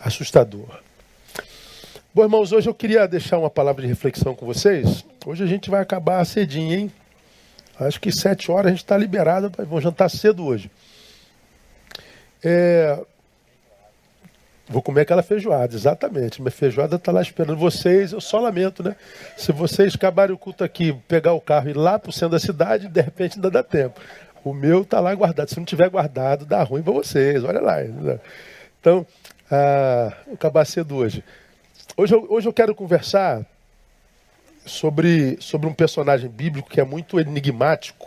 assustador. Bom, irmãos, hoje eu queria deixar uma palavra de reflexão com vocês. Hoje a gente vai acabar cedinho, hein? Acho que 7 horas a gente está liberado, vamos jantar cedo hoje. Vou comer aquela feijoada, exatamente. Minha feijoada está lá esperando vocês. Eu só lamento, né? Se vocês acabarem o culto aqui, pegar o carro e ir lá para o centro da cidade, de repente ainda dá tempo. O meu está lá guardado. Se não tiver guardado, dá ruim para vocês. Olha lá. Então, vou acabar cedo hoje. Hoje eu quero conversar sobre um personagem bíblico que é muito enigmático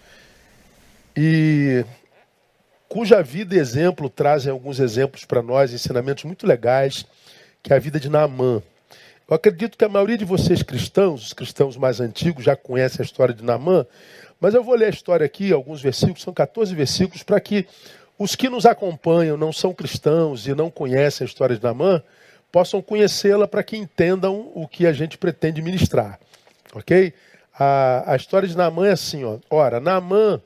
e cuja vida e exemplo trazem alguns exemplos para nós, ensinamentos muito legais, que é a vida de Naamã. Eu acredito que a maioria de vocês cristãos, os cristãos mais antigos, já conhecem a história de Naamã, mas eu vou ler a história aqui, alguns versículos, são 14 versículos, para que os que nos acompanham, não são cristãos e não conhecem a história de Naamã, possam conhecê-la para que entendam o que a gente pretende ministrar. Ok? A história de Naamã é assim, ó. Ora, Naamã,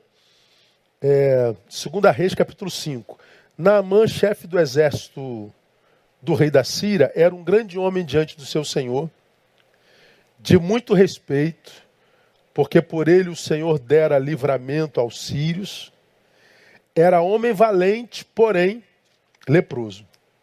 2 Reis, capítulo 5. Naamã, chefe do exército do rei da Síria, era um grande homem diante do seu senhor, de muito respeito, porque por ele o Senhor dera livramento aos sírios. Era homem valente, porém leproso.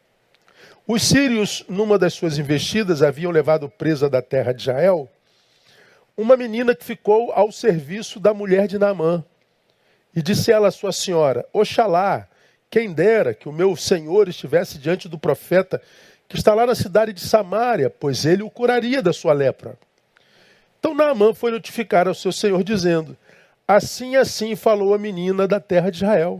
Os sírios, numa das suas investidas, haviam levado presa da terra de Israel uma menina que ficou ao serviço da mulher de Naamã. E disse ela à sua senhora: Oxalá, quem dera que o meu senhor estivesse diante do profeta que está lá na cidade de Samaria, pois ele o curaria da sua lepra. Então Naamã foi notificar ao seu senhor, dizendo: Assim falou a menina da terra de Israel.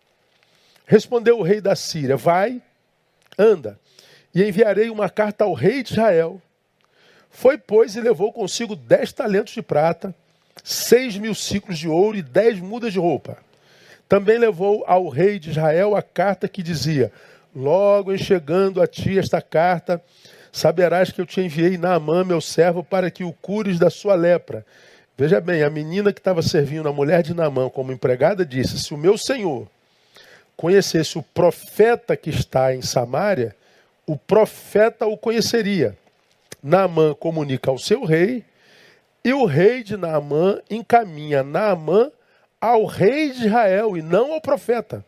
Respondeu o rei da Síria: Vai, anda, e enviarei uma carta ao rei de Israel. Foi, pois, e levou consigo 10 talentos de prata, 6.000 siclos de ouro e 10 mudas de roupa. Também levou ao rei de Israel a carta que dizia: Logo em chegando a ti esta carta, saberás que eu te enviei Naamã, meu servo, para que o cures da sua lepra. Veja bem, a menina que estava servindo a mulher de Naamã como empregada disse: Se o meu senhor conhecesse o profeta que está em Samaria, o profeta o conheceria. Naamã comunica ao seu rei, e o rei de Naamã encaminha Naamã ao rei de Israel e não ao profeta.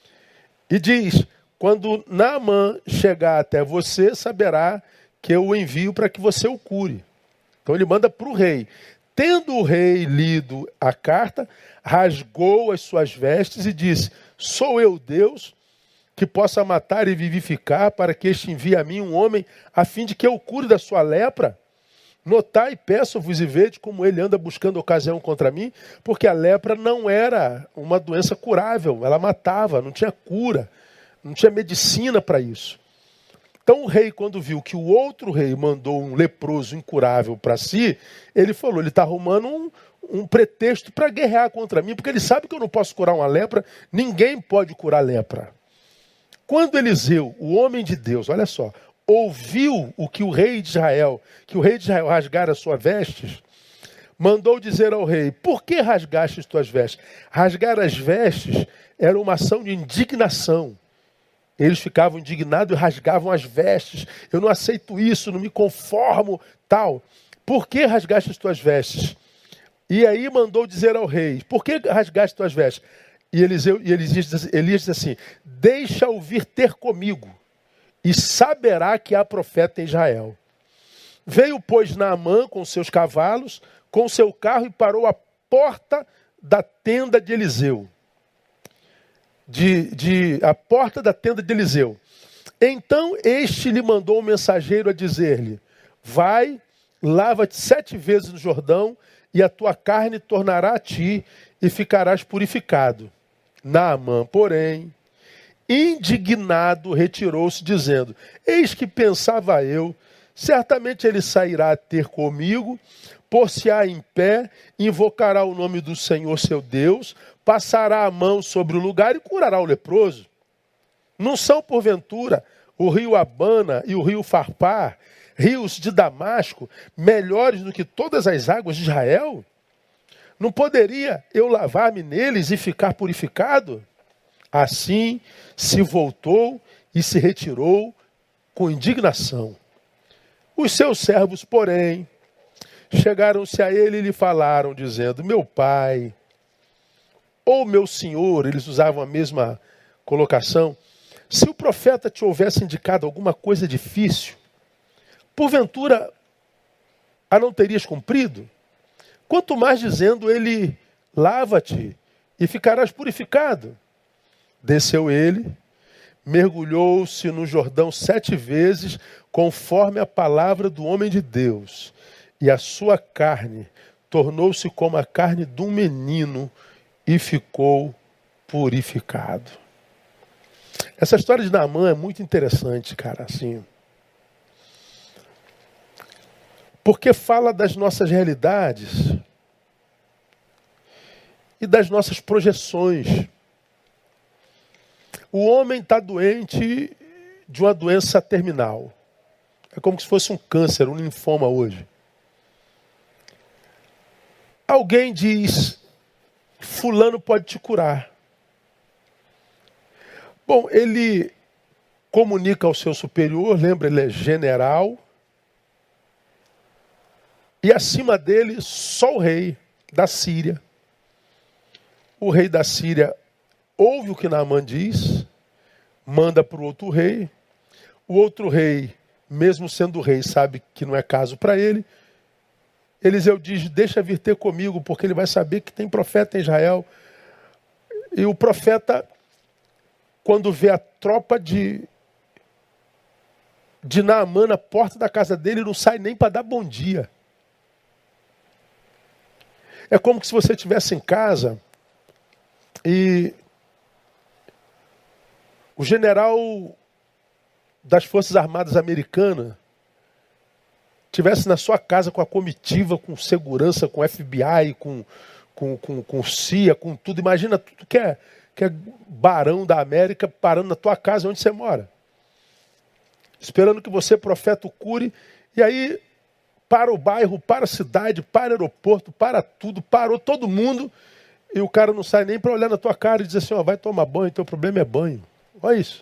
E diz: Quando Naamã chegar até você, saberá que eu o envio para que você o cure. Então ele manda para o rei. Tendo o rei lido a carta, rasgou as suas vestes e disse: Sou eu Deus que possa matar e vivificar, para que este envie a mim um homem, a fim de que eu cure da sua lepra? Notai, peço-vos e vede como ele anda buscando ocasião contra mim, porque a lepra não era uma doença curável, ela matava, não tinha cura, não tinha medicina para isso. Então o rei, quando viu que o outro rei mandou um leproso incurável para si, ele falou: ele está arrumando um pretexto para guerrear contra mim, porque ele sabe que eu não posso curar uma lepra, ninguém pode curar lepra. Quando Eliseu, o homem de Deus, olha só, ouviu o que o rei de Israel rasgara as suas vestes, mandou dizer ao rei: Por que rasgaste as tuas vestes? Rasgar as vestes era uma ação de indignação. Eles ficavam indignados e rasgavam as vestes. Eu não aceito isso, não me conformo, tal. Por que rasgaste as tuas vestes? E aí mandou dizer ao rei: Por que rasgaste as tuas vestes? E Elias disse assim: Deixa-o vir ter comigo, e saberá que há profeta em Israel. Veio, pois, Naamã com seus cavalos, com seu carro, e parou à porta da tenda de Eliseu. A porta da tenda de Eliseu. Então este lhe mandou um mensageiro a dizer-lhe: Vai, lava-te 7 vezes no Jordão, e a tua carne tornará a ti, e ficarás purificado. Naamã, porém, indignado, retirou-se, dizendo: Eis que pensava eu, certamente ele sairá a ter comigo, pôr-se-á em pé, invocará o nome do Senhor seu Deus, passará a mão sobre o lugar e curará o leproso. Não são, porventura, o rio Abana e o rio Farpar, rios de Damasco, melhores do que todas as águas de Israel? Não poderia eu lavar-me neles e ficar purificado? Assim se voltou e se retirou com indignação. Os seus servos, porém, chegaram-se a ele e lhe falaram, dizendo: meu pai, ou meu senhor, eles usavam a mesma colocação, se o profeta te houvesse indicado alguma coisa difícil, porventura a não terias cumprido? Quanto mais dizendo ele, lava-te e ficarás purificado. Desceu ele, mergulhou-se no Jordão 7 vezes, conforme a palavra do homem de Deus. E a sua carne tornou-se como a carne de um menino e ficou purificado. Essa história de Naamã é muito interessante, cara, assim. Porque fala das nossas realidades e das nossas projeções. O homem está doente de uma doença terminal. É como se fosse um câncer, um linfoma hoje. Alguém diz: fulano pode te curar. Bom, ele comunica ao seu superior, lembra, ele é general. E acima dele, só o rei da Síria. O rei da Síria ouve o que Naamã diz, manda para o outro rei. O outro rei, mesmo sendo rei, sabe que não é caso para ele. Eliseu diz: deixa vir ter comigo, porque ele vai saber que tem profeta em Israel. E o profeta, quando vê a tropa de Naamã na porta da casa dele, não sai nem para dar bom dia. É como se você estivesse em casa e o general das Forças Armadas Americanas estivesse na sua casa com a comitiva, com segurança, com FBI, com CIA, com tudo. Imagina tudo que é barão da América parando na tua casa onde você mora. Esperando que você, profeta, o cure. E aí, para o bairro, para a cidade, para o aeroporto, para tudo, parou todo mundo. E o cara não sai nem para olhar na tua cara e dizer assim: ó, vai tomar banho, teu problema é banho. Olha isso.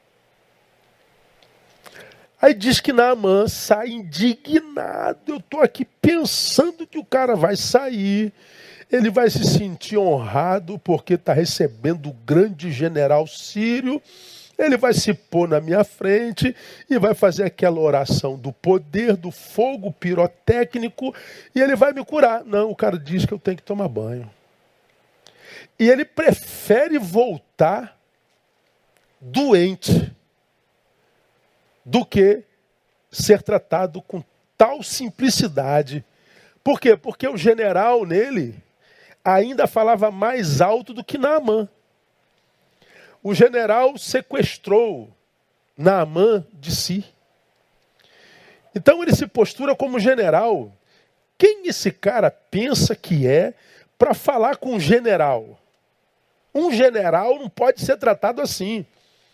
Aí diz que Naamã sai indignado. Eu estou aqui pensando que o cara vai sair. Ele vai se sentir honrado porque está recebendo o grande general sírio. Ele vai se pôr na minha frente e vai fazer aquela oração do poder, do fogo pirotécnico, e ele vai me curar. Não, o cara diz que eu tenho que tomar banho. E ele prefere voltar doente do que ser tratado com tal simplicidade. Por quê? Porque o general nele ainda falava mais alto do que Naamã. O general sequestrou Naamã de si. Então ele se postura como general. Quem esse cara pensa que é para falar com um general? Um general não pode ser tratado assim.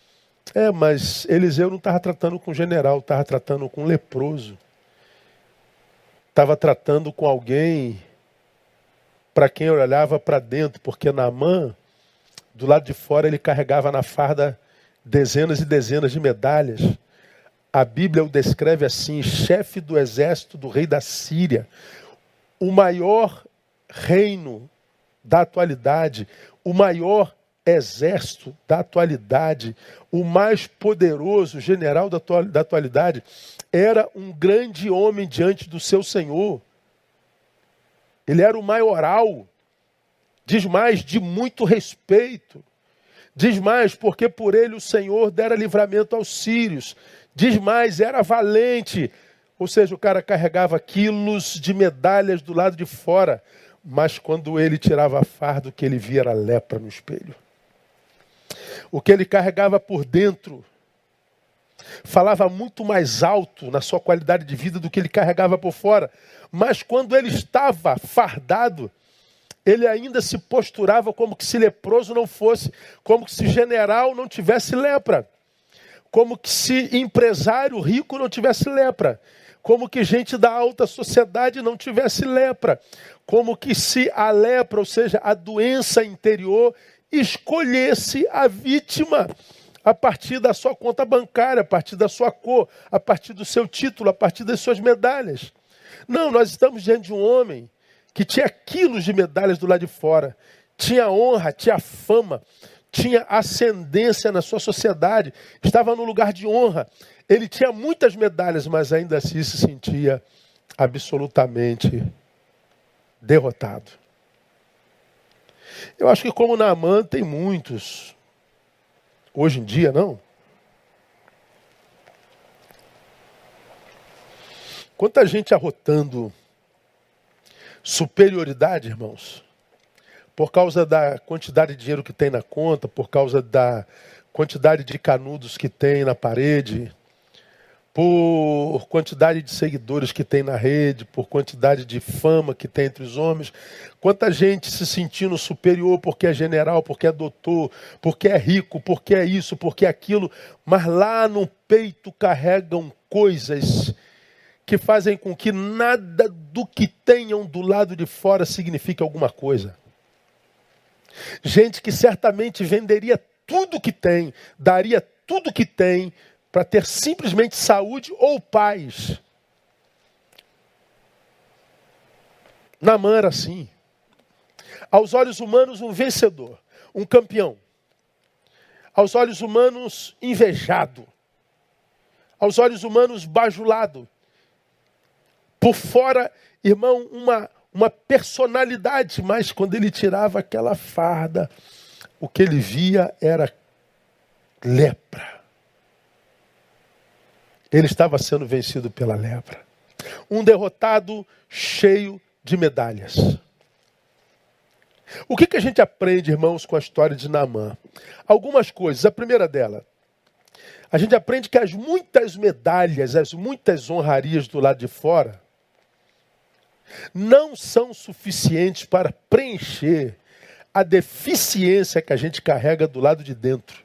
Mas Eliseu não estava tratando com general, estava tratando com um leproso. Estava tratando com alguém para quem olhava para dentro, porque Naamã, do lado de fora, ele carregava na farda dezenas e dezenas de medalhas. A Bíblia o descreve assim: chefe do exército do rei da Síria, o maior reino da atualidade, o maior exército da atualidade, o mais poderoso general da atualidade, era um grande homem diante do seu Senhor. Ele era o maioral. Diz mais, de muito respeito. Diz mais, porque por ele o Senhor dera livramento aos sírios. Diz mais, era valente. Ou seja, o cara carregava quilos de medalhas do lado de fora. Mas quando ele tirava a farda, o que ele via era lepra no espelho. O que ele carregava por dentro falava muito mais alto na sua qualidade de vida do que ele carregava por fora. Mas quando ele estava fardado, ele ainda se posturava como que se leproso não fosse, como que se general não tivesse lepra, como que se empresário rico não tivesse lepra, como que gente da alta sociedade não tivesse lepra, como que se a lepra, ou seja, a doença interior, escolhesse a vítima. a partir da sua conta bancária, a partir da sua cor, a partir do seu título, a partir das suas medalhas. Não, nós estamos diante de um homem que tinha quilos de medalhas do lado de fora, tinha honra, tinha fama, tinha ascendência na sua sociedade, estava no lugar de honra. Ele tinha muitas medalhas, mas ainda assim se sentia absolutamente derrotado. Eu acho que como Naamã tem muitos, hoje em dia não. Quanta gente arrotando superioridade, irmãos, por causa da quantidade de dinheiro que tem na conta, por causa da quantidade de canudos que tem na parede, por quantidade de seguidores que tem na rede, por quantidade de fama que tem entre os homens. Quanta gente se sentindo superior porque é general, porque é doutor, porque é rico, porque é isso, porque é aquilo, mas lá no peito carregam coisas que fazem com que nada do que tenham do lado de fora signifique alguma coisa. Gente que certamente venderia tudo que tem, daria tudo que tem para ter simplesmente saúde ou paz. Naamã era assim. Aos olhos humanos, um vencedor, um campeão. Aos olhos humanos, invejado. Aos olhos humanos, bajulado. Por fora, irmão, uma personalidade, mas quando ele tirava aquela farda, o que ele via era lepra. Ele estava sendo vencido pela lepra. Um derrotado cheio de medalhas. O que a gente aprende, irmãos, com a história de Naamã? Algumas coisas. A primeira dela, a gente aprende que as muitas medalhas, as muitas honrarias do lado de fora, não são suficientes para preencher a deficiência que a gente carrega do lado de dentro.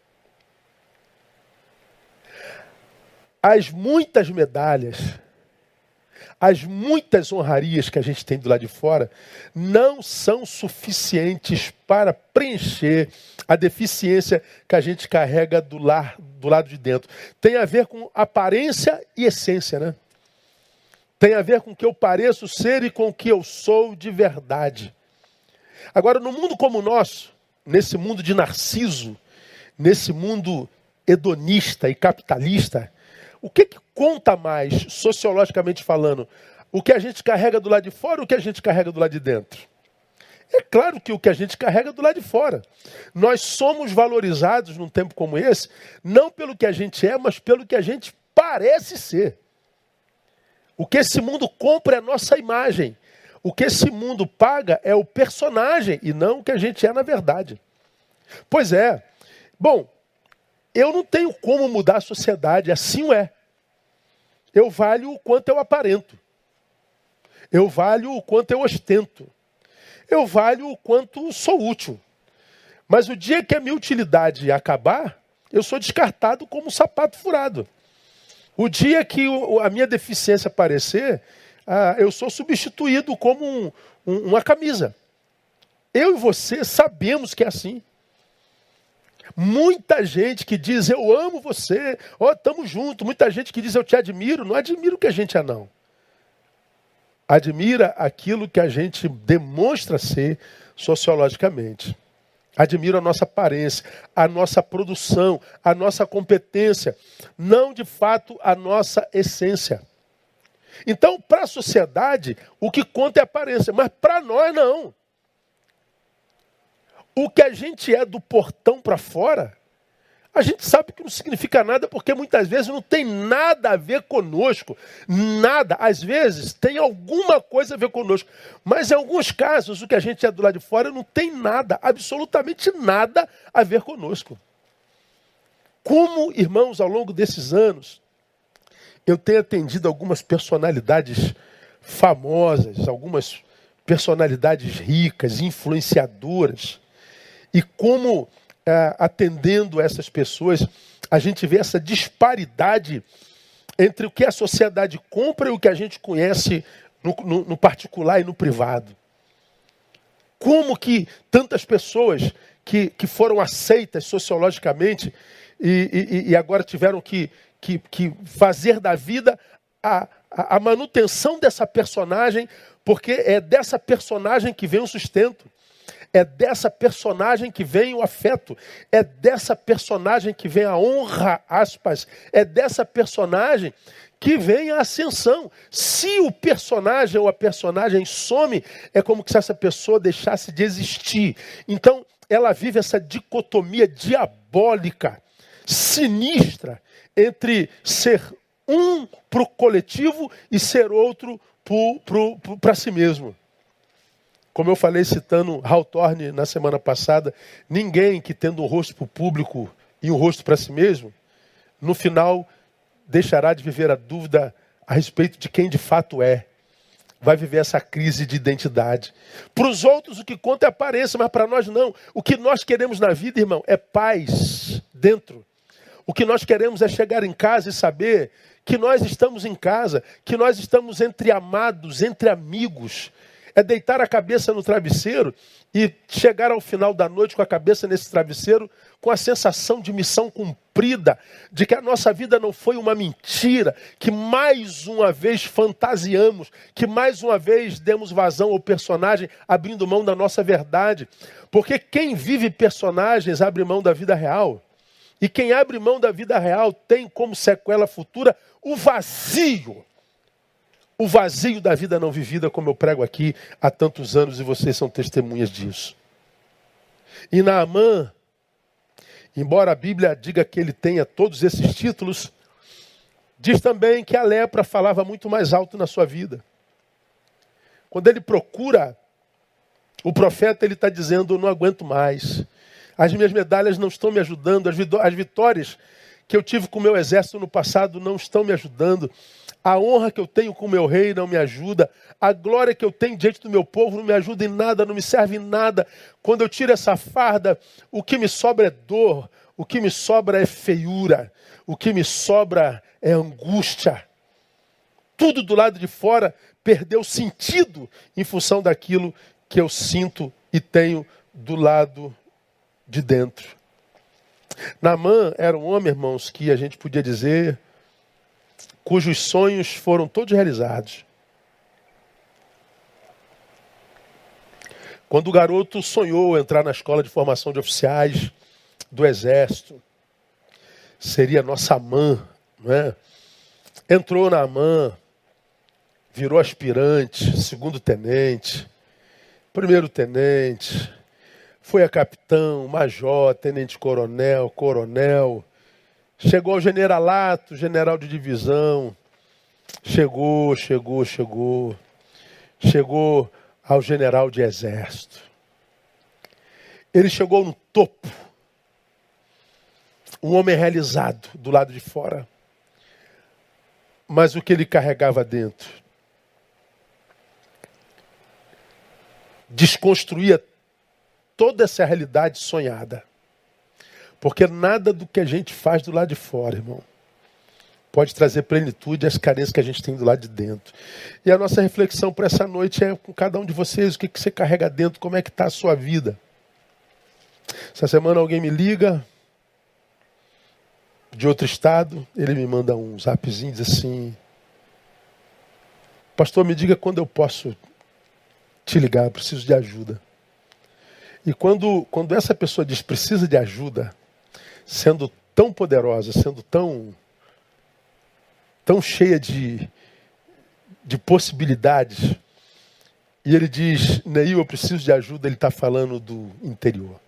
As muitas medalhas, as muitas honrarias que a gente tem do lado de fora, não são suficientes para preencher a deficiência que a gente carrega do lado de dentro. Tem a ver com aparência e essência, né? Tem a ver com o que eu pareço ser e com o que eu sou de verdade. Agora, no mundo como o nosso, nesse mundo de Narciso, nesse mundo hedonista e capitalista, o que conta mais, sociologicamente falando? O que a gente carrega do lado de fora ou o que a gente carrega do lado de dentro? É claro que o que a gente carrega do lado de fora. Nós somos valorizados num tempo como esse, não pelo que a gente é, mas pelo que a gente parece ser. O que esse mundo compra é a nossa imagem. O que esse mundo paga é o personagem e não o que a gente é na verdade. Pois é. Bom, eu não tenho como mudar a sociedade, assim é. Eu valho o quanto eu aparento. Eu valho o quanto eu ostento. Eu valho o quanto sou útil. Mas o dia que a minha utilidade acabar, eu sou descartado como um sapato furado. O dia que a minha deficiência aparecer, eu sou substituído como uma camisa. Eu e você sabemos que é assim. Muita gente que diz, eu amo você, estamos juntos. Muita gente que diz, eu te admiro. Não admira o que a gente é, não. Admira aquilo que a gente demonstra ser sociologicamente. Admira a nossa aparência, a nossa produção, a nossa competência. Não, de fato, a nossa essência. Então, para a sociedade, o que conta é a aparência. Mas para nós, não. O que a gente é do portão para fora, a gente sabe que não significa nada, porque muitas vezes não tem nada a ver conosco. Nada. Às vezes tem alguma coisa a ver conosco. Mas em alguns casos, o que a gente é do lado de fora não tem nada, absolutamente nada a ver conosco. Como, irmãos, ao longo desses anos, eu tenho atendido algumas personalidades famosas, algumas personalidades ricas, influenciadoras. E como, atendendo essas pessoas, a gente vê essa disparidade entre o que a sociedade compra e o que a gente conhece no particular e no privado. Como que tantas pessoas que foram aceitas sociologicamente e agora tiveram que fazer da vida a manutenção dessa personagem, porque é dessa personagem que vem o sustento. É dessa personagem que vem o afeto. É dessa personagem que vem a honra, aspas. É dessa personagem que vem a ascensão. Se o personagem ou a personagem some, é como se essa pessoa deixasse de existir. Então, ela vive essa dicotomia diabólica, sinistra, entre ser um para o coletivo e ser outro para si mesmo. Como eu falei citando Hawthorne na semana passada, ninguém que tendo um rosto para o público e um rosto para si mesmo, no final deixará de viver a dúvida a respeito de quem de fato é. Vai viver essa crise de identidade. Para os outros o que conta é a aparência, mas para nós não. O que nós queremos na vida, irmão, é paz dentro. O que nós queremos é chegar em casa e saber que nós estamos em casa, que nós estamos entre amados, entre amigos. É deitar a cabeça no travesseiro e chegar ao final da noite com a cabeça nesse travesseiro com a sensação de missão cumprida, de que a nossa vida não foi uma mentira, que mais uma vez fantasiamos, que mais uma vez demos vazão ao personagem abrindo mão da nossa verdade. Porque quem vive personagens abre mão da vida real. E quem abre mão da vida real tem como sequela futura o vazio. O vazio da vida não vivida, como eu prego aqui há tantos anos, e vocês são testemunhas disso. E Naamã, embora a Bíblia diga que ele tenha todos esses títulos, diz também que a lepra falava muito mais alto na sua vida. Quando ele procura o profeta, ele está dizendo: eu não aguento mais. As minhas medalhas não estão me ajudando. As vitórias que eu tive com o meu exército no passado não estão me ajudando. A honra que eu tenho com o meu rei não me ajuda. A glória que eu tenho diante do meu povo não me ajuda em nada, não me serve em nada. Quando eu tiro essa farda, o que me sobra é dor. O que me sobra é feiura. O que me sobra é angústia. Tudo do lado de fora perdeu sentido em função daquilo que eu sinto e tenho do lado de dentro. Naamã era um homem, irmãos, que a gente podia dizer cujos sonhos foram todos realizados. Quando o garoto sonhou entrar na escola de formação de oficiais do exército, seria nossa Amã, não é? Entrou na Amã, virou aspirante, segundo tenente, primeiro tenente, foi a capitão, major, tenente-coronel, coronel, chegou ao generalato, general de divisão, chegou ao general de exército. Ele chegou no topo, um homem realizado do lado de fora. Mas o que ele carregava dentro desconstruía toda essa realidade sonhada. Porque nada do que a gente faz do lado de fora, irmão, pode trazer plenitude às carências que a gente tem do lado de dentro. E a nossa reflexão para essa noite é com cada um de vocês: o que você carrega dentro, como é que está a sua vida. Essa semana alguém me liga de outro estado, ele me manda um zapzinho, diz assim: pastor, me diga quando eu posso te ligar, eu preciso de ajuda. E quando essa pessoa diz precisa de ajuda, sendo tão poderosa, sendo tão cheia de possibilidades, e ele diz: Neil, eu preciso de ajuda, ele está falando do interior.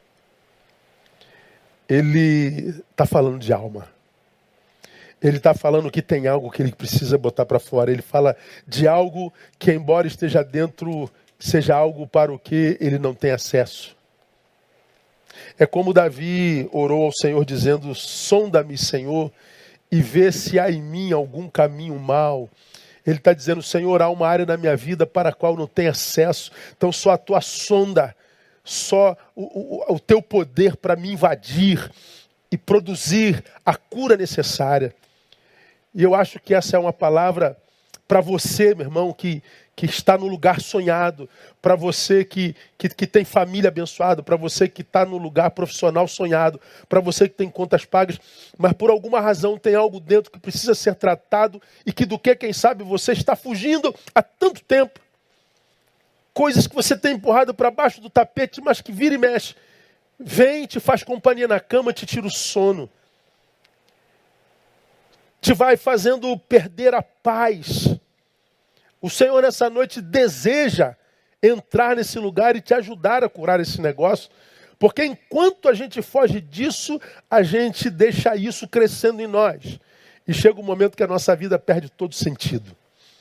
Ele está falando de alma. Ele está falando que tem algo que ele precisa botar para fora. Ele fala de algo que, embora esteja dentro, seja algo para o que ele não tem acesso. É como Davi orou ao Senhor dizendo: sonda-me, Senhor, e vê se há em mim algum caminho mau. Ele está dizendo: Senhor, há uma área na minha vida para a qual não tenho acesso. Então só a tua sonda, só o teu poder para me invadir e produzir a cura necessária. E eu acho que essa é uma palavra Para você, meu irmão, que está no lugar sonhado, para você que tem família abençoada, para você que está no lugar profissional sonhado, para você que tem contas pagas, mas por alguma razão tem algo dentro que precisa ser tratado e que do que, quem sabe, você está fugindo há tanto tempo. Coisas que você tem empurrado para baixo do tapete, mas que vira e mexe. Vem, te faz companhia na cama, te tira o sono. Te vai fazendo perder a paz. O Senhor, nessa noite, deseja entrar nesse lugar e te ajudar a curar esse negócio. Porque enquanto a gente foge disso, a gente deixa isso crescendo em nós. E chega um momento que a nossa vida perde todo sentido.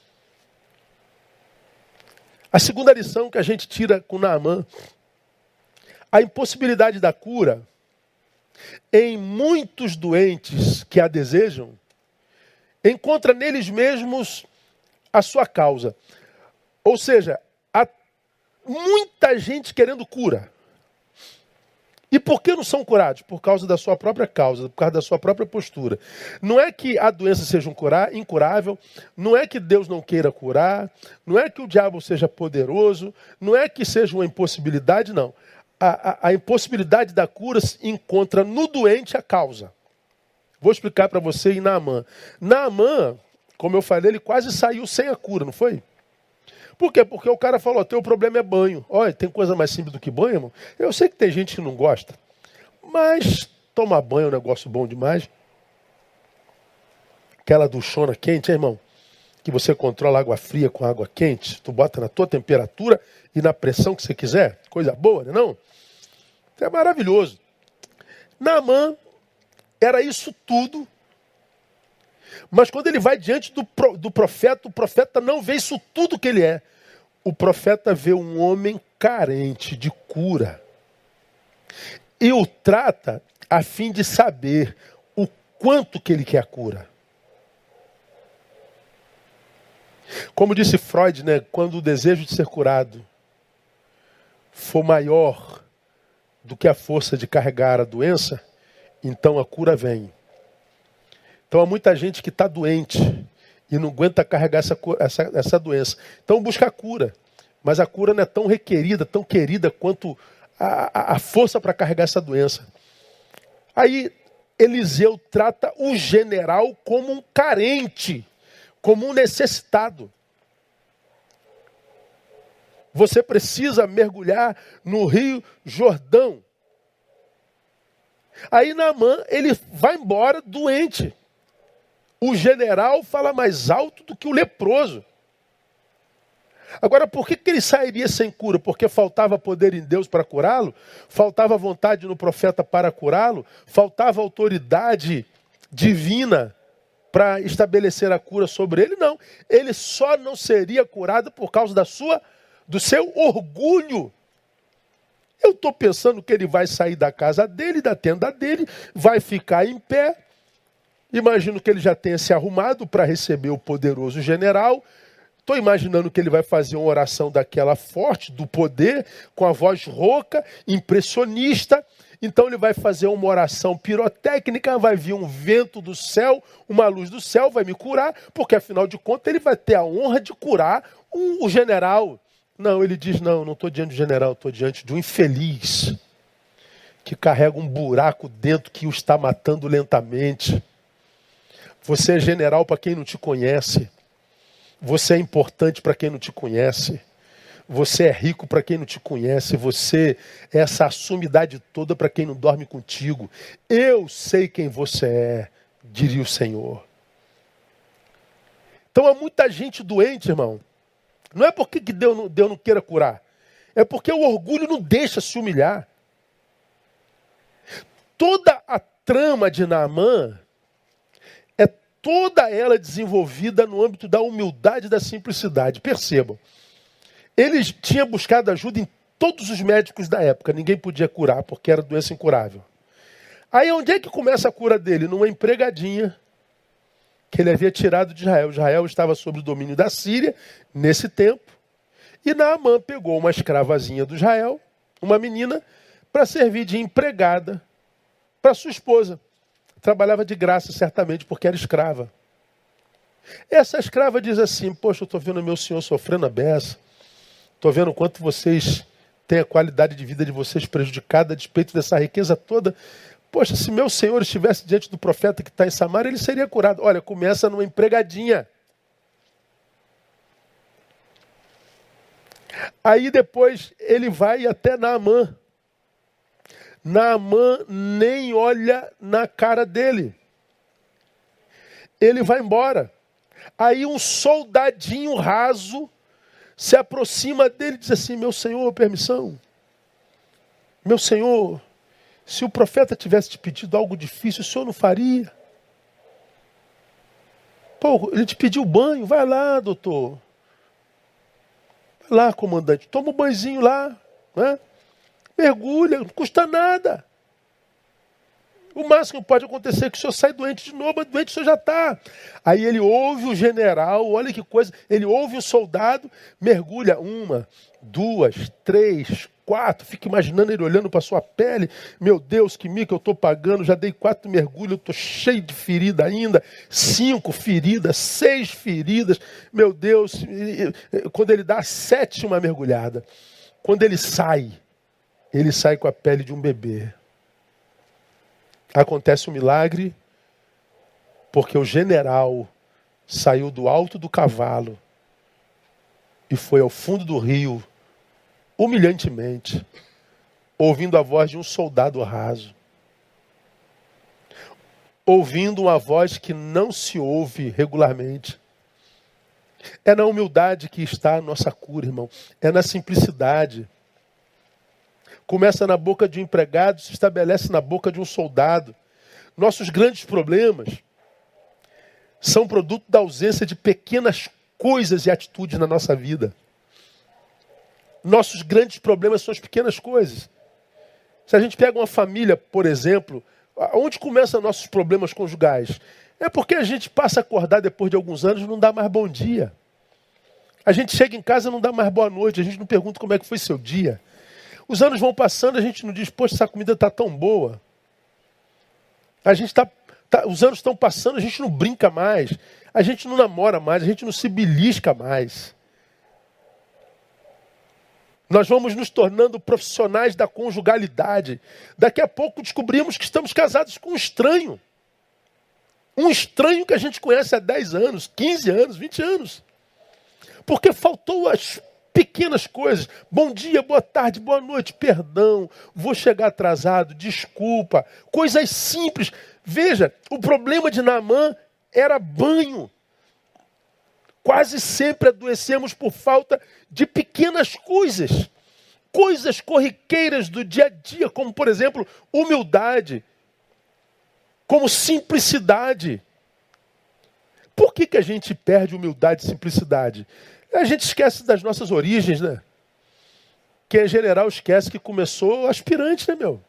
A segunda lição que a gente tira com Naamã: a impossibilidade da cura em muitos doentes que a desejam encontra neles mesmos a sua causa. Ou seja, há muita gente querendo cura. E por que não são curados? Por causa da sua própria causa, por causa da sua própria postura. Não é que a doença seja incurável, não é que Deus não queira curar, não é que o diabo seja poderoso, não é que seja uma impossibilidade, não. A impossibilidade da cura se encontra no doente a causa. Vou explicar para você em Naamã. Naamã, como eu falei, ele quase saiu sem a cura, não foi? Por quê? Porque o cara falou, teu problema é banho. Olha, tem coisa mais simples do que banho, irmão? Eu sei que tem gente que não gosta, mas tomar banho é um negócio bom demais. Aquela duchona quente, hein, irmão? Que você controla água fria com água quente, tu bota na tua temperatura e na pressão que você quiser. Coisa boa, não é não? É maravilhoso. Naamã era isso tudo. Mas quando ele vai diante do profeta, o profeta não vê isso tudo que ele é. O profeta vê um homem carente de cura. E o trata a fim de saber o quanto que ele quer a cura. Como disse Freud, né, quando o desejo de ser curado for maior do que a força de carregar a doença, então a cura vem. Então há muita gente que está doente e não aguenta carregar essa doença. Então busca a cura. Mas a cura não é tão requerida, tão querida quanto a força para carregar essa doença. Aí Eliseu trata o general como um carente, como um necessitado. Você precisa mergulhar no Rio Jordão. Aí Naamã, ele vai embora doente. O general fala mais alto do que o leproso. Agora, por que ele sairia sem cura? Porque faltava poder em Deus para curá-lo? Faltava vontade no profeta para curá-lo? Faltava autoridade divina para estabelecer a cura sobre ele? Não. Ele só não seria curado por causa do seu orgulho. Eu estou pensando que ele vai sair da casa dele, da tenda dele, vai ficar em pé. Imagino que ele já tenha se arrumado para receber o poderoso general. Estou imaginando que ele vai fazer uma oração daquela forte, do poder, com a voz rouca, impressionista. Então ele vai fazer uma oração pirotécnica, vai vir um vento do céu, uma luz do céu, vai me curar, porque afinal de contas ele vai ter a honra de curar o general. Não, ele diz, não estou diante do general, estou diante de um infeliz que carrega um buraco dentro que o está matando lentamente. Você é general para quem não te conhece. Você é importante para quem não te conhece. Você é rico para quem não te conhece. Você é essa sumidade toda para quem não dorme contigo. Eu sei quem você é, diria o Senhor. Então há muita gente doente, irmão. Não é porque que Deus não queira curar. É porque o orgulho não deixa se humilhar. Toda a trama de Naamã é toda ela desenvolvida no âmbito da humildade e da simplicidade. Percebam. Ele tinha buscado ajuda em todos os médicos da época. Ninguém podia curar porque era doença incurável. Aí onde é que começa a cura dele? Numa empregadinha que ele havia tirado de Israel. Israel estava sob o domínio da Síria nesse tempo. E Naamã pegou uma escravazinha do Israel, uma menina, para servir de empregada para sua esposa. Trabalhava de graça, certamente, porque era escrava. Essa escrava diz assim, poxa, eu estou vendo meu senhor sofrendo a beça. Estou vendo o quanto vocês têm a qualidade de vida de vocês prejudicada a despeito dessa riqueza toda. Poxa, se meu senhor estivesse diante do profeta que está em Samaria, ele seria curado. Olha, começa numa empregadinha. Aí depois ele vai até Naamã. Naamã nem olha na cara dele. Ele vai embora. Aí um soldadinho raso se aproxima dele e diz assim, meu senhor, permissão. Meu senhor, se o profeta tivesse te pedido algo difícil, o senhor não faria? Pô, ele te pediu banho, vai lá, doutor. Vai lá, comandante, toma um banhozinho lá, né? Mergulha, não custa nada. O máximo que pode acontecer é que o senhor sai doente de novo, mas doente o senhor já está. Aí ele ouve o general, olha que coisa, ele ouve o soldado, mergulha 1, 2, 3, 4, fica imaginando ele olhando para sua pele. Meu Deus, que mico eu estou pagando, já dei 4 mergulhos, eu estou cheio de ferida ainda. 5 feridas, 6 feridas. Meu Deus, quando ele dá a 7ª mergulhada, quando ele sai com a pele de um bebê. Acontece um milagre, porque o general saiu do alto do cavalo e foi ao fundo do rio, humilhantemente, ouvindo a voz de um soldado raso. Ouvindo uma voz que não se ouve regularmente. É na humildade que está a nossa cura, irmão. É na simplicidade. Começa na boca de um empregado, se estabelece na boca de um soldado. Nossos grandes problemas são produto da ausência de pequenas coisas e atitudes na nossa vida. Nossos grandes problemas são as pequenas coisas. Se a gente pega uma família, por exemplo, onde começam nossos problemas conjugais? É porque a gente passa a acordar depois de alguns anos e não dá mais bom dia. A gente chega em casa e não dá mais boa noite, a gente não pergunta como é que foi seu dia. Os anos vão passando, a gente não diz, poxa, essa comida está tão boa. Os anos estão passando, a gente não brinca mais. A gente não namora mais, a gente não se belisca mais. Nós vamos nos tornando profissionais da conjugalidade. Daqui a pouco descobrimos que estamos casados com um estranho. Um estranho que a gente conhece há 10 anos, 15 anos, 20 anos. Porque faltou as pequenas coisas. Bom dia, boa tarde, boa noite, perdão, vou chegar atrasado, desculpa. Coisas simples. Veja, o problema de Naamã era banho. Quase sempre adoecemos por falta de pequenas coisas. Coisas corriqueiras do dia a dia, como, por exemplo, humildade, como simplicidade. Por que a gente perde humildade e simplicidade? A gente esquece das nossas origens, né? Quem é general esquece que começou aspirante, né, meu?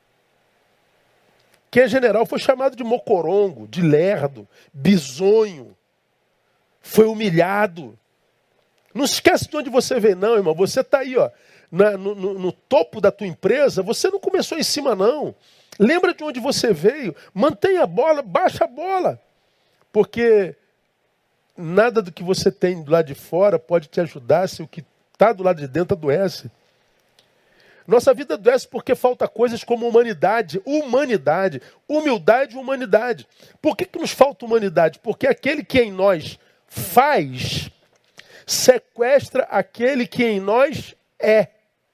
Quem é general foi chamado de mocorongo, de lerdo, bisonho. Foi humilhado. Não se esquece de onde você veio, não, irmão. Você está aí, ó, no topo da tua empresa. Você não começou em cima, não. Lembra de onde você veio. Mantenha a bola, baixa a bola. Porque nada do que você tem do lado de fora pode te ajudar se o que está do lado de dentro adoece. Nossa vida adoece porque falta coisas como humanidade, humildade e humanidade. Por que nos falta humanidade? Porque aquele que em nós faz, sequestra aquele que em nós é.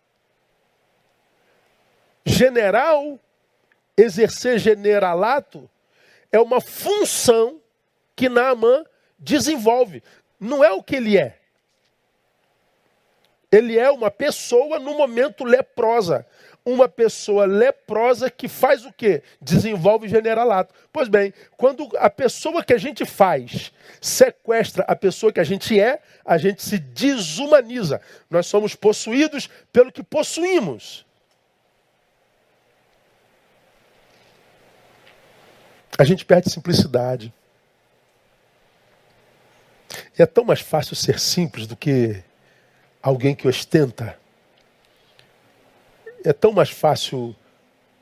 General, exercer generalato, é uma função que Naamã desenvolve. Não é o que ele é. Ele é uma pessoa no momento leprosa. Uma pessoa leprosa que faz o quê? Desenvolve generalato. Pois bem, quando a pessoa que a gente faz sequestra a pessoa que a gente se desumaniza. Nós somos possuídos pelo que possuímos. A gente perde simplicidade. E é tão mais fácil ser simples do que alguém que ostenta. É tão mais fácil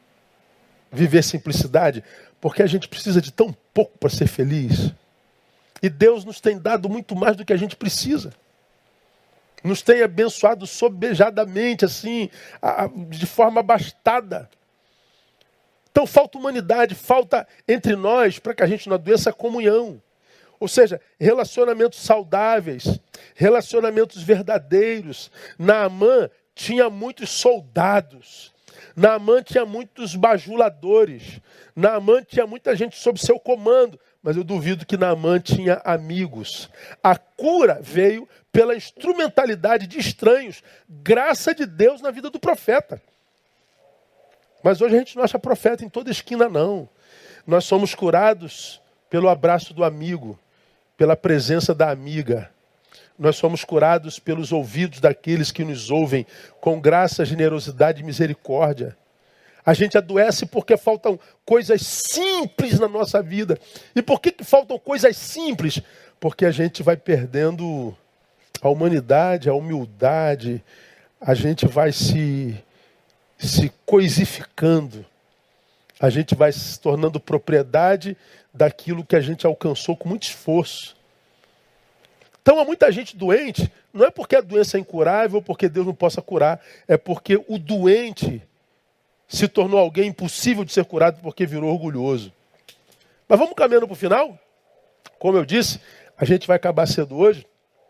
viver simplicidade, porque a gente precisa de tão pouco para ser feliz. E Deus nos tem dado muito mais do que a gente precisa. Nos tem abençoado sobejadamente, assim, de forma abastada. Então falta humanidade, falta entre nós, para que a gente não adoeça, a comunhão. Ou seja, relacionamentos saudáveis, relacionamentos verdadeiros. Naamã tinha muitos soldados. Naamã tinha muitos bajuladores. Naamã tinha muita gente sob seu comando. Mas eu duvido que Naamã tinha amigos. A cura veio pela instrumentalidade de estranhos. Graça de Deus na vida do profeta. Mas hoje a gente não acha profeta em toda esquina, não. Nós somos curados pelo abraço do amigo, pela presença da amiga. Nós somos curados pelos ouvidos daqueles que nos ouvem com graça, generosidade e misericórdia. A gente adoece porque faltam coisas simples na nossa vida. E por que faltam coisas simples? Porque a gente vai perdendo a humanidade, a humildade, a gente vai se coisificando, a gente vai se tornando propriedade daquilo que a gente alcançou com muito esforço. Então há muita gente doente, não é porque a doença é incurável, porque Deus não possa curar, é porque o doente se tornou alguém impossível de ser curado porque virou orgulhoso. Mas vamos caminhando para o final? Como eu disse, a gente vai acabar cedo hoje.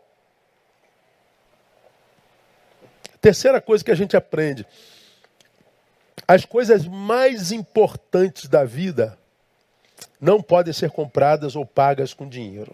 Terceira coisa que a gente aprende. As coisas mais importantes da vida não podem ser compradas ou pagas com dinheiro.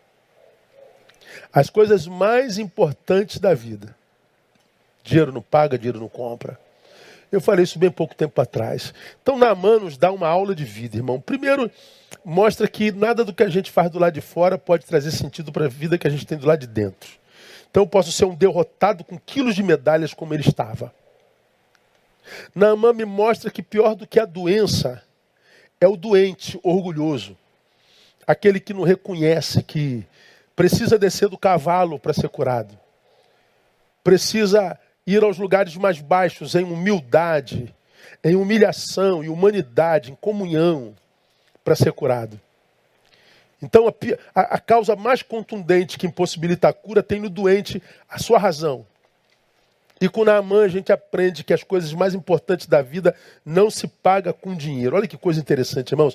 As coisas mais importantes da vida. Dinheiro não paga, dinheiro não compra. Eu falei isso bem pouco tempo atrás. Então Naamã nos dá uma aula de vida, irmão. Primeiro, mostra que nada do que a gente faz do lado de fora pode trazer sentido para a vida que a gente tem do lado de dentro. Então eu posso ser um derrotado com quilos de medalhas como ele estava. Naamã me mostra que pior do que a doença é o doente orgulhoso. Aquele que não reconhece que precisa descer do cavalo para ser curado. Precisa ir aos lugares mais baixos em humildade, em humilhação e humanidade, em comunhão, para ser curado. Então a causa mais contundente que impossibilita a cura tem no doente a sua razão. E com Naamã a gente aprende que as coisas mais importantes da vida não se pagam com dinheiro. Olha que coisa interessante, irmãos.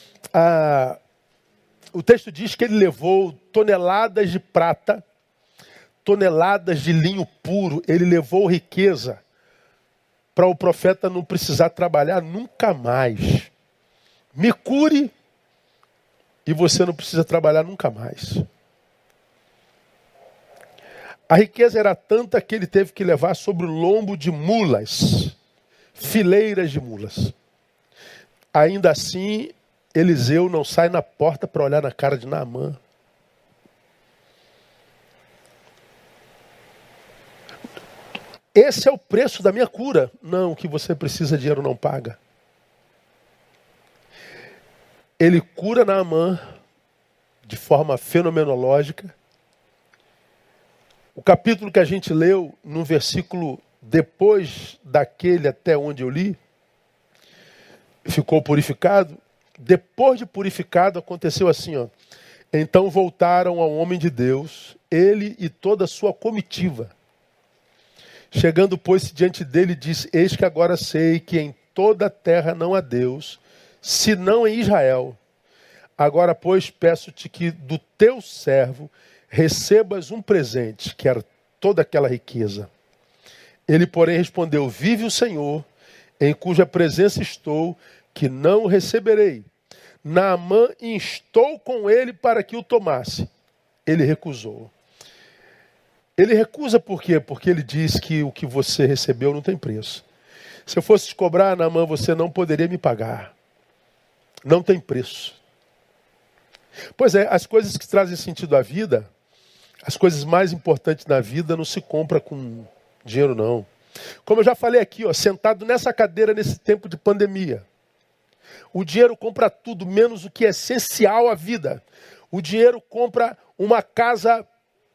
O texto diz que ele levou toneladas de prata, toneladas de linho puro. Ele levou riqueza para o profeta não precisar trabalhar nunca mais. Me cure e você não precisa trabalhar nunca mais. A riqueza era tanta que ele teve que levar sobre o lombo de mulas, fileiras de mulas. Ainda assim, Eliseu não sai na porta para olhar na cara de Naamã. Esse é o preço da minha cura. Não, o que você precisa, dinheiro não paga. Ele cura Naamã de forma fenomenológica. O capítulo que a gente leu, no versículo depois daquele até onde eu li, ficou purificado. Depois de purificado, aconteceu assim, ó. Então voltaram ao homem de Deus, ele e toda a sua comitiva. Chegando, pois, diante dele, disse: eis que agora sei que em toda a terra não há Deus, senão em Israel. Agora, pois, peço-te que do teu servo recebas um presente, que era toda aquela riqueza. Ele, porém, respondeu: vive o Senhor, em cuja presença estou, que não o receberei. Naamã instou com ele para que o tomasse. Ele recusou. Ele recusa por quê? Porque ele diz que o que você recebeu não tem preço. Se eu fosse te cobrar, Naamã, você não poderia me pagar. Não tem preço. Pois é, as coisas que trazem sentido à vida, as coisas mais importantes na vida não se compra com dinheiro, não. Como eu já falei aqui, ó, sentado nessa cadeira nesse tempo de pandemia, o dinheiro compra tudo, menos o que é essencial à vida. O dinheiro compra uma casa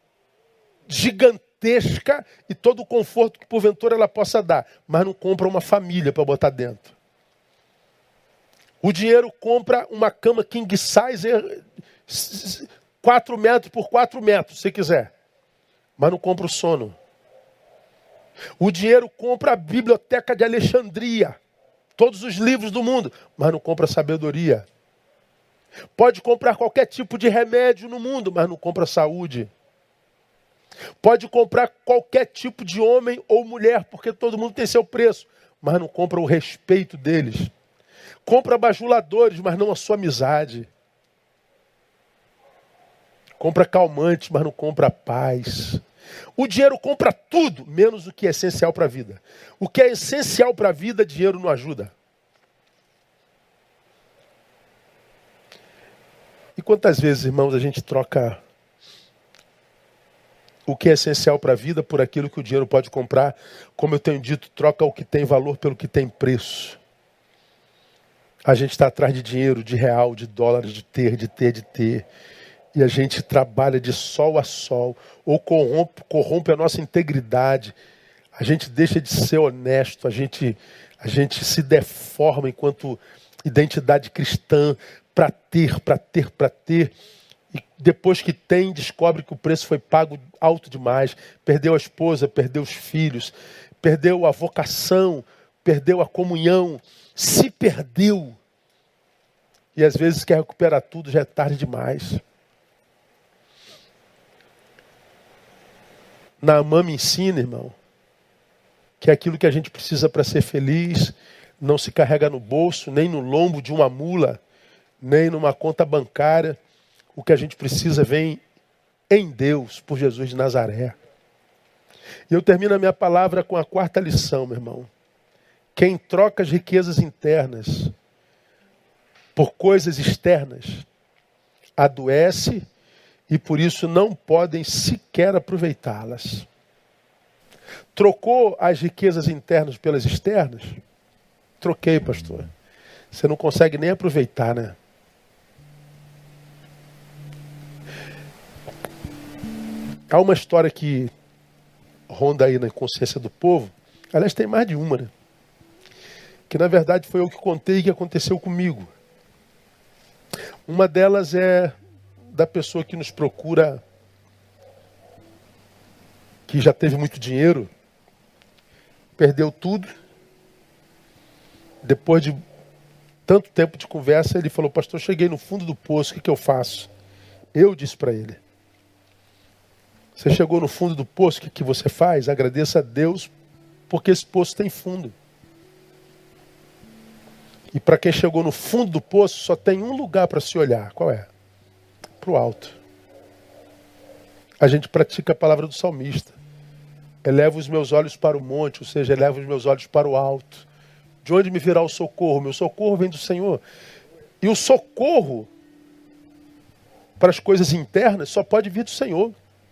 gigantesca e todo o conforto que porventura ela possa dar, mas não compra uma família para botar dentro. O dinheiro compra uma cama king size 4 metros por 4 metros, se quiser. Mas não compra o sono. O dinheiro compra a biblioteca de Alexandria. Todos os livros do mundo. Mas não compra sabedoria. Pode comprar qualquer tipo de remédio no mundo, mas não compra saúde. Pode comprar qualquer tipo de homem ou mulher, porque todo mundo tem seu preço, mas não compra o respeito deles. Compra bajuladores, mas não a sua amizade. Compra calmantes, mas não compra paz. O dinheiro compra tudo, menos o que é essencial para a vida. O que é essencial para a vida, dinheiro não ajuda. E quantas vezes, irmãos, a gente troca o que é essencial para a vida por aquilo que o dinheiro pode comprar? Como eu tenho dito, troca o que tem valor pelo que tem preço. A gente está atrás de dinheiro, de real, de dólares, de ter. E a gente trabalha de sol a sol, ou corrompe a nossa integridade. A gente deixa de ser honesto, a gente se deforma enquanto identidade cristã para ter. E depois que tem, descobre que o preço foi pago alto demais. Perdeu a esposa, perdeu os filhos, perdeu a vocação, perdeu a comunhão, se perdeu. E às vezes quer recuperar tudo, já é tarde demais. Naamã me ensina, irmão, que aquilo que a gente precisa para ser feliz não se carrega no bolso, nem no lombo de uma mula, nem numa conta bancária. O que a gente precisa vem em Deus, por Jesus de Nazaré. E eu termino a minha palavra com a 4ª lição, meu irmão. Quem troca as riquezas internas por coisas externas adoece e por isso não podem sequer aproveitá-las. Trocou as riquezas internas pelas externas? Troquei, pastor. Você não consegue nem aproveitar, né? Há uma história que ronda aí na consciência do povo. Aliás, tem mais de uma, né? Que na verdade foi eu que contei que aconteceu comigo. Uma delas é da pessoa que nos procura, que já teve muito dinheiro, perdeu tudo. Depois de tanto tempo de conversa, ele falou: pastor, cheguei no fundo do poço, o que eu faço? Eu disse para ele: você chegou no fundo do poço, o que você faz? Agradeça a Deus, porque esse poço tem fundo. E para quem chegou no fundo do poço, só tem um lugar para se olhar. Qual é? Para o alto. A gente pratica a palavra do salmista. Eleva os meus olhos para o monte, ou seja, eleva os meus olhos para o alto. De onde me virá o socorro? Meu socorro vem do Senhor. E o socorro para as coisas internas só pode vir do Senhor.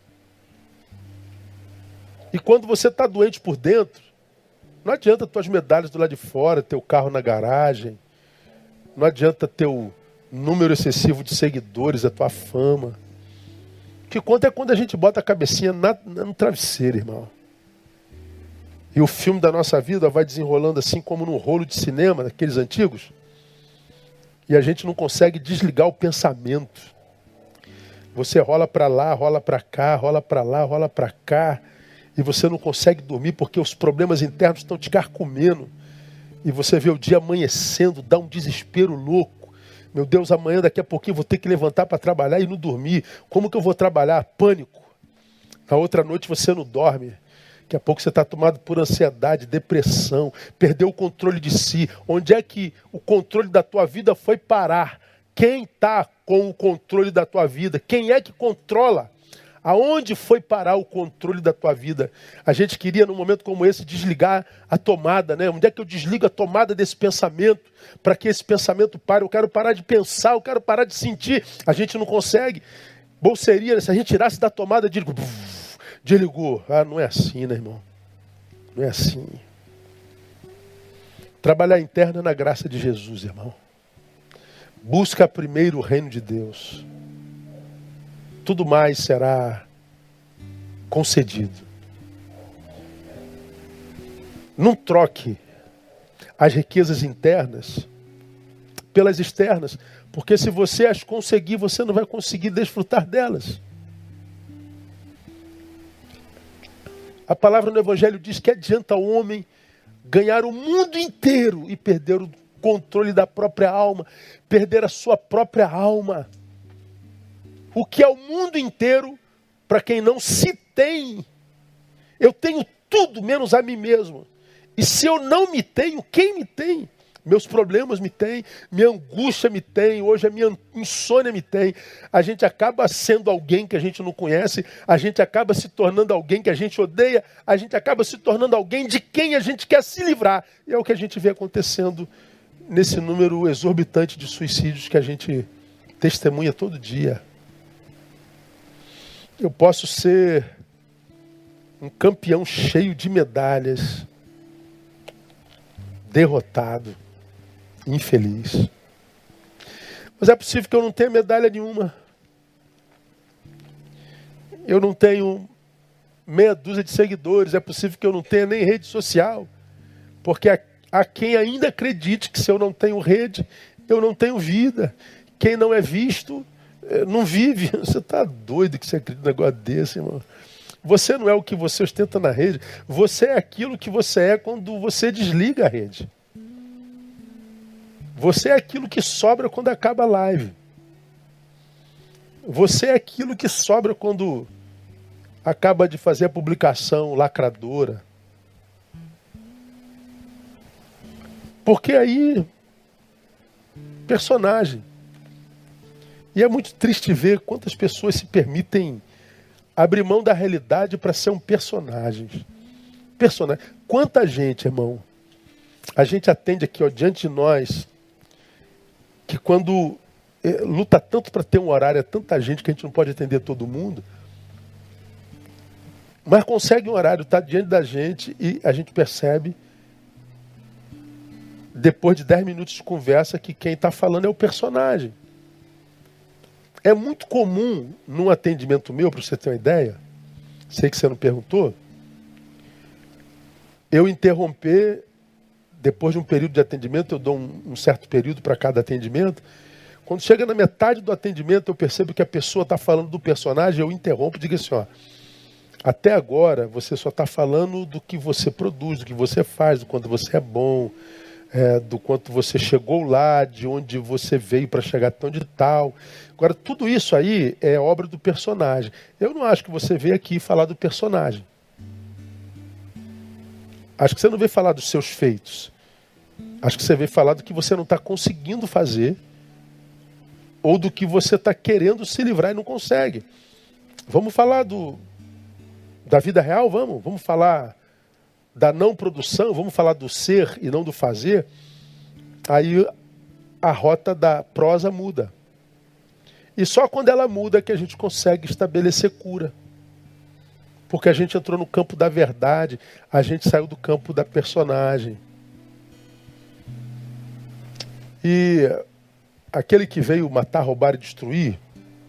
E quando você está doente por dentro, não adianta tuas medalhas do lado de fora, teu carro na garagem, não adianta teu número excessivo de seguidores, a tua fama. O que conta é quando a gente bota a cabecinha no travesseiro, irmão. E o filme da nossa vida vai desenrolando assim como num rolo de cinema, daqueles antigos. E a gente não consegue desligar o pensamento. Você rola para lá, rola para cá, rola para lá, rola para cá. E você não consegue dormir porque os problemas internos estão te carcomendo. E você vê o dia amanhecendo, dá um desespero louco. Meu Deus, amanhã, daqui a pouquinho, vou ter que levantar para trabalhar e não dormir. Como que eu vou trabalhar? Pânico. Na outra noite você não dorme. Daqui a pouco você está tomado por ansiedade, depressão, perdeu o controle de si. Onde é que o controle da tua vida foi parar? Quem está com o controle da tua vida? Quem é que controla? Aonde foi parar o controle da tua vida? A gente queria, num momento como esse, desligar a tomada, né? Onde é que eu desligo a tomada desse pensamento? Para que esse pensamento pare? Eu quero parar de pensar, eu quero parar de sentir. A gente não consegue. Bom seria, né? Se a gente tirasse da tomada, desligou. Ah, não é assim, né, irmão? Não é assim. Trabalhar interno é na graça de Jesus, irmão. Busca primeiro o reino de Deus. Tudo mais será concedido. Não troque as riquezas internas pelas externas, Porque se você as conseguir, você não vai conseguir desfrutar delas. A palavra no Evangelho diz que adianta ao homem ganhar o mundo inteiro e perder o controle da própria alma, perder a sua própria alma. O que é o mundo inteiro para quem não se tem? Eu tenho tudo menos a mim mesmo. E se eu não me tenho, quem me tem? Meus problemas me têm, minha angústia me tem, hoje a minha insônia me tem. A gente acaba sendo alguém que a gente não conhece, a gente acaba se tornando alguém que a gente odeia, a gente acaba se tornando alguém de quem a gente quer se livrar. E é o que a gente vê acontecendo nesse número exorbitante de suicídios que a gente testemunha todo dia. Eu posso ser um campeão cheio de medalhas, derrotado, infeliz. Mas é possível que eu não tenha medalha nenhuma. Eu não tenho meia dúzia de seguidores. É possível que eu não tenha nem rede social. Porque há quem ainda acredite que se eu não tenho rede, eu não tenho vida. Quem não é visto, não vive. Você está doido que você acredita num negócio desse, irmão? Você não é o que você ostenta na rede. Você é aquilo que você é quando você desliga a rede. Você é aquilo que sobra quando acaba a live. Você é aquilo que sobra quando acaba de fazer a publicação lacradora. Porque aí, personagem. E é muito triste ver quantas pessoas se permitem abrir mão da realidade para ser um personagem. Quanta gente, irmão, a gente atende aqui, ó, diante de nós, que quando luta tanto para ter um horário, é tanta gente que a gente não pode atender todo mundo, mas consegue um horário, está diante da gente e a gente percebe, depois de 10 minutos de conversa, que quem está falando é o personagem. É muito comum, num atendimento meu, para você ter uma ideia, sei que você não perguntou, eu interromper, depois de um período de atendimento, eu dou um certo período para cada atendimento. Quando chega na metade do atendimento, eu percebo que a pessoa está falando do personagem, eu interrompo e digo assim, ó, até agora você só está falando do que você produz, do que você faz, do quanto você é bom, do quanto você chegou lá, de onde você veio para chegar tão de tal. Agora, tudo isso aí é obra do personagem. Eu não acho que você veio aqui falar do personagem. Acho que você não veio falar dos seus feitos. Acho que você veio falar do que você não está conseguindo fazer ou do que você está querendo se livrar e não consegue. Vamos falar da vida real? Vamos falar da não produção? Vamos falar do ser e não do fazer? Aí a rota da prosa muda. E só quando ela muda que a gente consegue estabelecer cura. Porque a gente entrou no campo da verdade, a gente saiu do campo da personagem. E aquele que veio matar, roubar e destruir,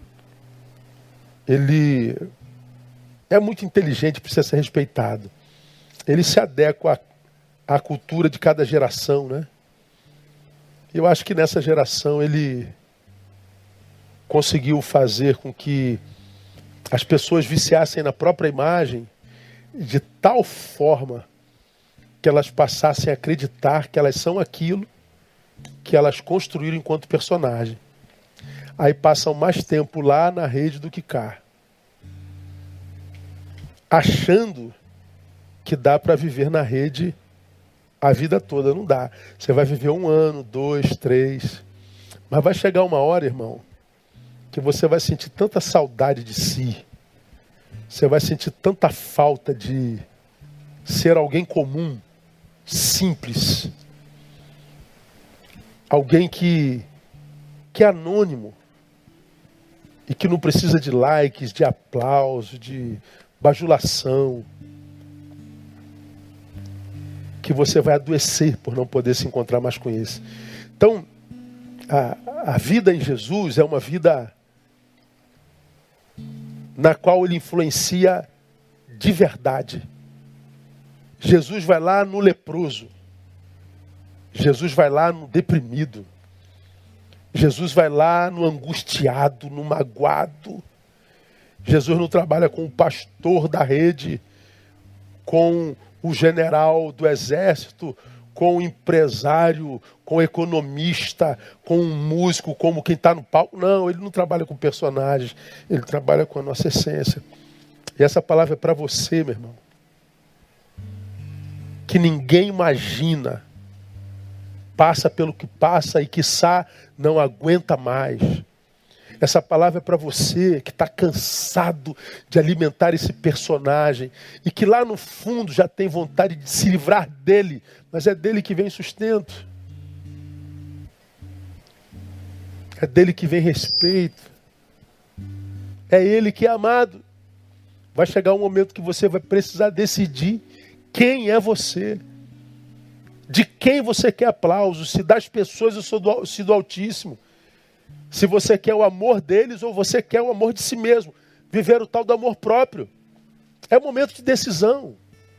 ele é muito inteligente, precisa ser respeitado. Ele se adequa à cultura de cada geração, né? Eu acho que nessa geração ele conseguiu fazer com que as pessoas viciassem na própria imagem de tal forma que elas passassem a acreditar que elas são aquilo que elas construíram enquanto personagem. Aí passam mais tempo lá na rede do que cá, achando que dá para viver na rede a vida toda. Não dá. Você vai viver 1 ano, 2, 3, mas vai chegar uma hora, irmão, que você vai sentir tanta saudade de si, você vai sentir tanta falta de ser alguém comum, simples, alguém que é anônimo e que não precisa de likes, de aplauso, de bajulação, que você vai adoecer por não poder se encontrar mais com isso. Então, a vida em Jesus é uma vida na qual ele influencia de verdade. Jesus vai lá no leproso. Jesus vai lá no deprimido. Jesus vai lá no angustiado, no magoado. Jesus não trabalha com o pastor da rede, com o general do exército, com o empresário, com o economista, com o músico, como quem está no palco. Não, ele não trabalha com personagens, ele trabalha com a nossa essência. E essa palavra é para você, meu irmão. Que ninguém imagina, passa pelo que passa e quiçá não aguenta mais. Essa palavra é para você que está cansado de alimentar esse personagem e que lá no fundo já tem vontade de se livrar dele, mas é dele que vem sustento. É dele que vem respeito. É ele que é amado. Vai chegar um momento que você vai precisar decidir quem é você. De quem você quer aplauso, se das pessoas ou se do Altíssimo. Se você quer o amor deles ou você quer o amor de si mesmo. Viver o tal do amor próprio. É um momento de decisão.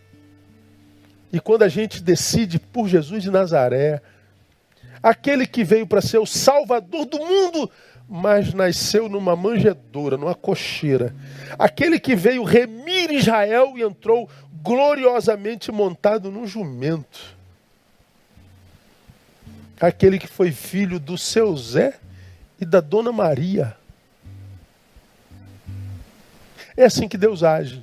E quando a gente decide por Jesus de Nazaré, aquele que veio para ser o Salvador do mundo, mas nasceu numa manjedoura, numa cocheira. Aquele que veio remir Israel e entrou gloriosamente montado num jumento. Aquele que foi filho do seu Zé e da Dona Maria. É assim que Deus age.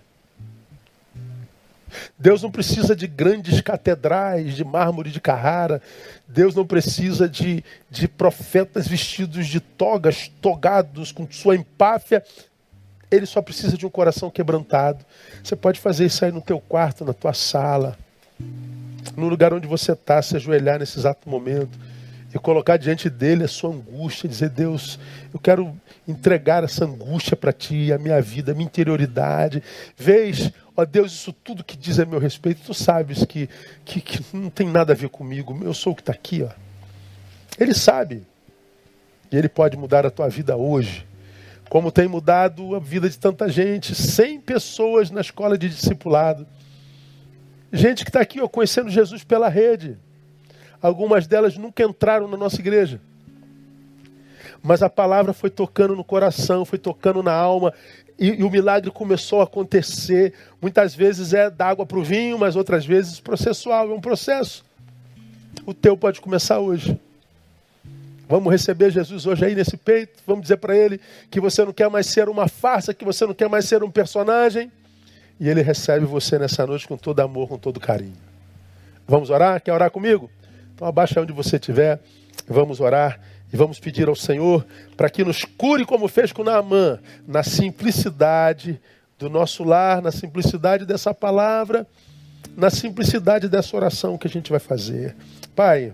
Deus não precisa de grandes catedrais, de mármore de Carrara. Deus não precisa de profetas vestidos de togas, togados com sua empáfia. Ele só precisa de um coração quebrantado. Você pode fazer isso aí no teu quarto, na tua sala, no lugar onde você está, se ajoelhar nesse exato momento e colocar diante dele a sua angústia, dizer: Deus, eu quero entregar essa angústia para ti, a minha vida, a minha interioridade. Vês, ó Deus, isso tudo que diz a meu respeito, tu sabes que não tem nada a ver comigo, eu sou o que está aqui, ó. Ele sabe, e ele pode mudar a tua vida hoje, como tem mudado a vida de tanta gente. 100 pessoas na escola de discipulado, gente que está aqui, ó, conhecendo Jesus pela rede. Algumas delas nunca entraram na nossa igreja. Mas a palavra foi tocando no coração, foi tocando na alma. E o milagre começou a acontecer. Muitas vezes é da água para o vinho, mas outras vezes processual. É um processo. O teu pode começar hoje. Vamos receber Jesus hoje aí nesse peito. Vamos dizer para ele que você não quer mais ser uma farsa, que você não quer mais ser um personagem. E ele recebe você nessa noite com todo amor, com todo carinho. Vamos orar? Quer orar comigo? Então abaixa onde você estiver, vamos orar e vamos pedir ao Senhor para que nos cure como fez com Naamã, na simplicidade do nosso lar, na simplicidade dessa palavra, na simplicidade dessa oração que a gente vai fazer. Pai,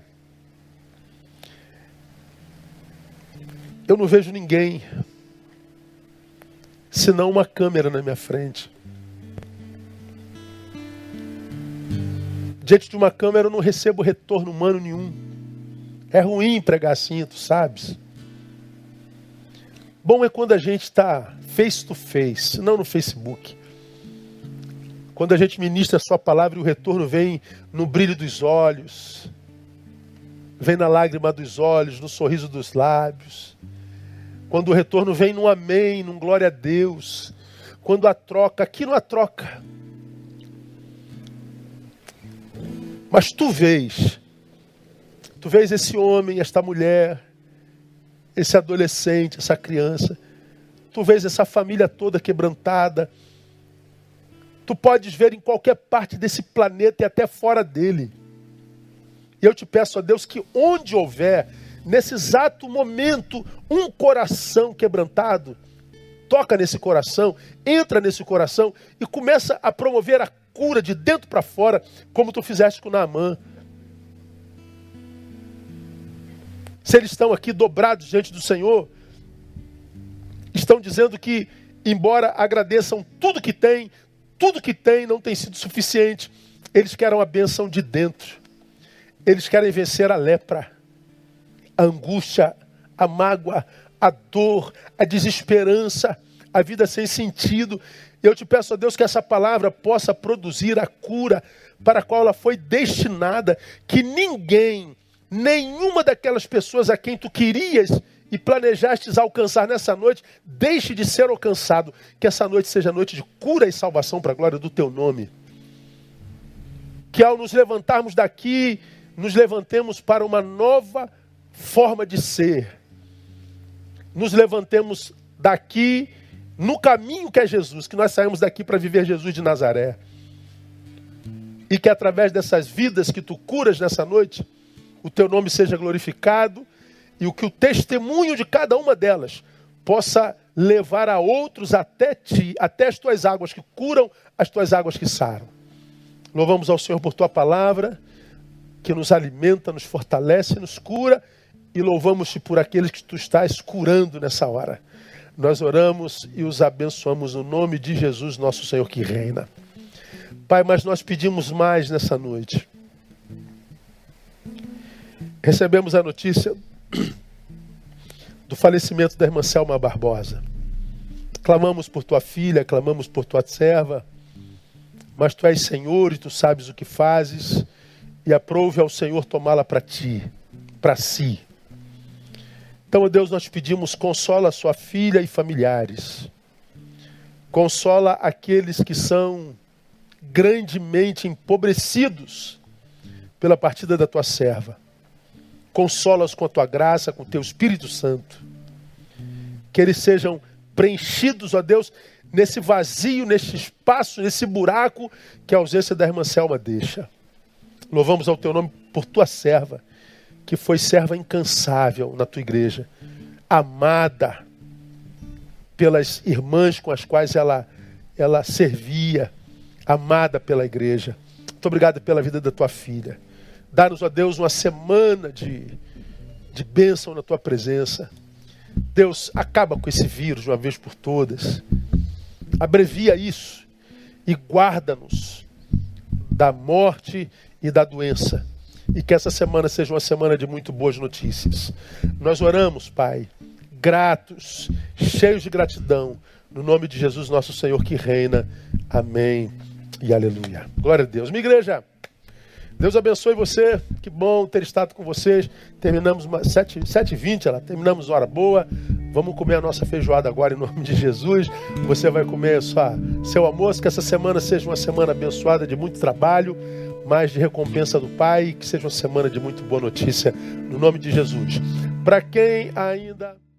eu não vejo ninguém senão uma câmera na minha frente. Diante de uma câmera eu não recebo retorno humano nenhum. É ruim pregar assim, tu sabes. Bom é quando a gente está face to face, não no Facebook. Quando a gente ministra a sua palavra e o retorno vem no brilho dos olhos, vem na lágrima dos olhos, no sorriso dos lábios. Quando o retorno vem num amém, num glória a Deus. Quando a troca, aqui não há troca. Mas tu vês esse homem, esta mulher, esse adolescente, essa criança. Tu vês essa família toda quebrantada. Tu podes ver em qualquer parte desse planeta e até fora dele. E eu te peço a Deus que onde houver, nesse exato momento, um coração quebrantado, toca nesse coração, entra nesse coração e começa a promover a cura de dentro para fora, como tu fizeste com Naamã. Se eles estão aqui dobrados diante do Senhor, estão dizendo que, embora agradeçam tudo que tem não tem sido suficiente. Eles querem a bênção de dentro. Eles querem vencer a lepra, a angústia, a mágoa, a dor, a desesperança, a vida sem sentido. Eu te peço a Deus que essa palavra possa produzir a cura para a qual ela foi destinada, que ninguém nenhuma daquelas pessoas a quem tu querias e planejastes alcançar nessa noite, deixe de ser alcançado. Que essa noite seja noite de cura e salvação para a glória do teu nome. Que ao nos levantarmos daqui, nos levantemos para uma nova forma de ser. Nos levantemos daqui no caminho que é Jesus, que nós saímos daqui para viver Jesus de Nazaré. E que através dessas vidas que tu curas nessa noite, o teu nome seja glorificado e o que o testemunho de cada uma delas possa levar a outros até ti, até as tuas águas que curam, as tuas águas que saram. Louvamos ao Senhor por tua palavra, que nos alimenta, nos fortalece, nos cura, e louvamos-te por aqueles que tu estás curando nessa hora. Nós oramos e os abençoamos no nome de Jesus, nosso Senhor que reina. Pai, mas nós pedimos mais nessa noite. Recebemos a notícia do falecimento da irmã Selma Barbosa. Clamamos por tua filha, clamamos por tua serva, mas tu és Senhor e tu sabes o que fazes, e aprove ao Senhor tomá-la para ti, para si. Então, ó Deus, nós pedimos, consola a sua filha e familiares. Consola aqueles que são grandemente empobrecidos pela partida da tua serva. Consola-os com a tua graça, com o teu Espírito Santo. Que eles sejam preenchidos, ó Deus, nesse vazio, nesse espaço, nesse buraco que a ausência da irmã Selma deixa. Louvamos ao teu nome por tua serva, que foi serva incansável na tua igreja, amada pelas irmãs com as quais ela servia, amada pela igreja. Muito obrigado pela vida da tua filha. Dá-nos, ó Deus, uma semana de bênção na tua presença. Deus, acaba com esse vírus de uma vez por todas. Abrevia isso e guarda-nos da morte e da doença. E que essa semana seja uma semana de muito boas notícias. Nós oramos, Pai, gratos, cheios de gratidão, no nome de Jesus, nosso Senhor que reina. Amém e aleluia. Glória a Deus. Minha igreja, Deus abençoe você. Que bom ter estado com vocês. Terminamos 7h20, terminamos hora boa. Vamos comer a nossa feijoada agora em nome de Jesus. Você vai comer seu almoço. Que essa semana seja uma semana abençoada de muito trabalho, mas de recompensa do Pai. Que seja uma semana de muito boa notícia no nome de Jesus. Para quem ainda...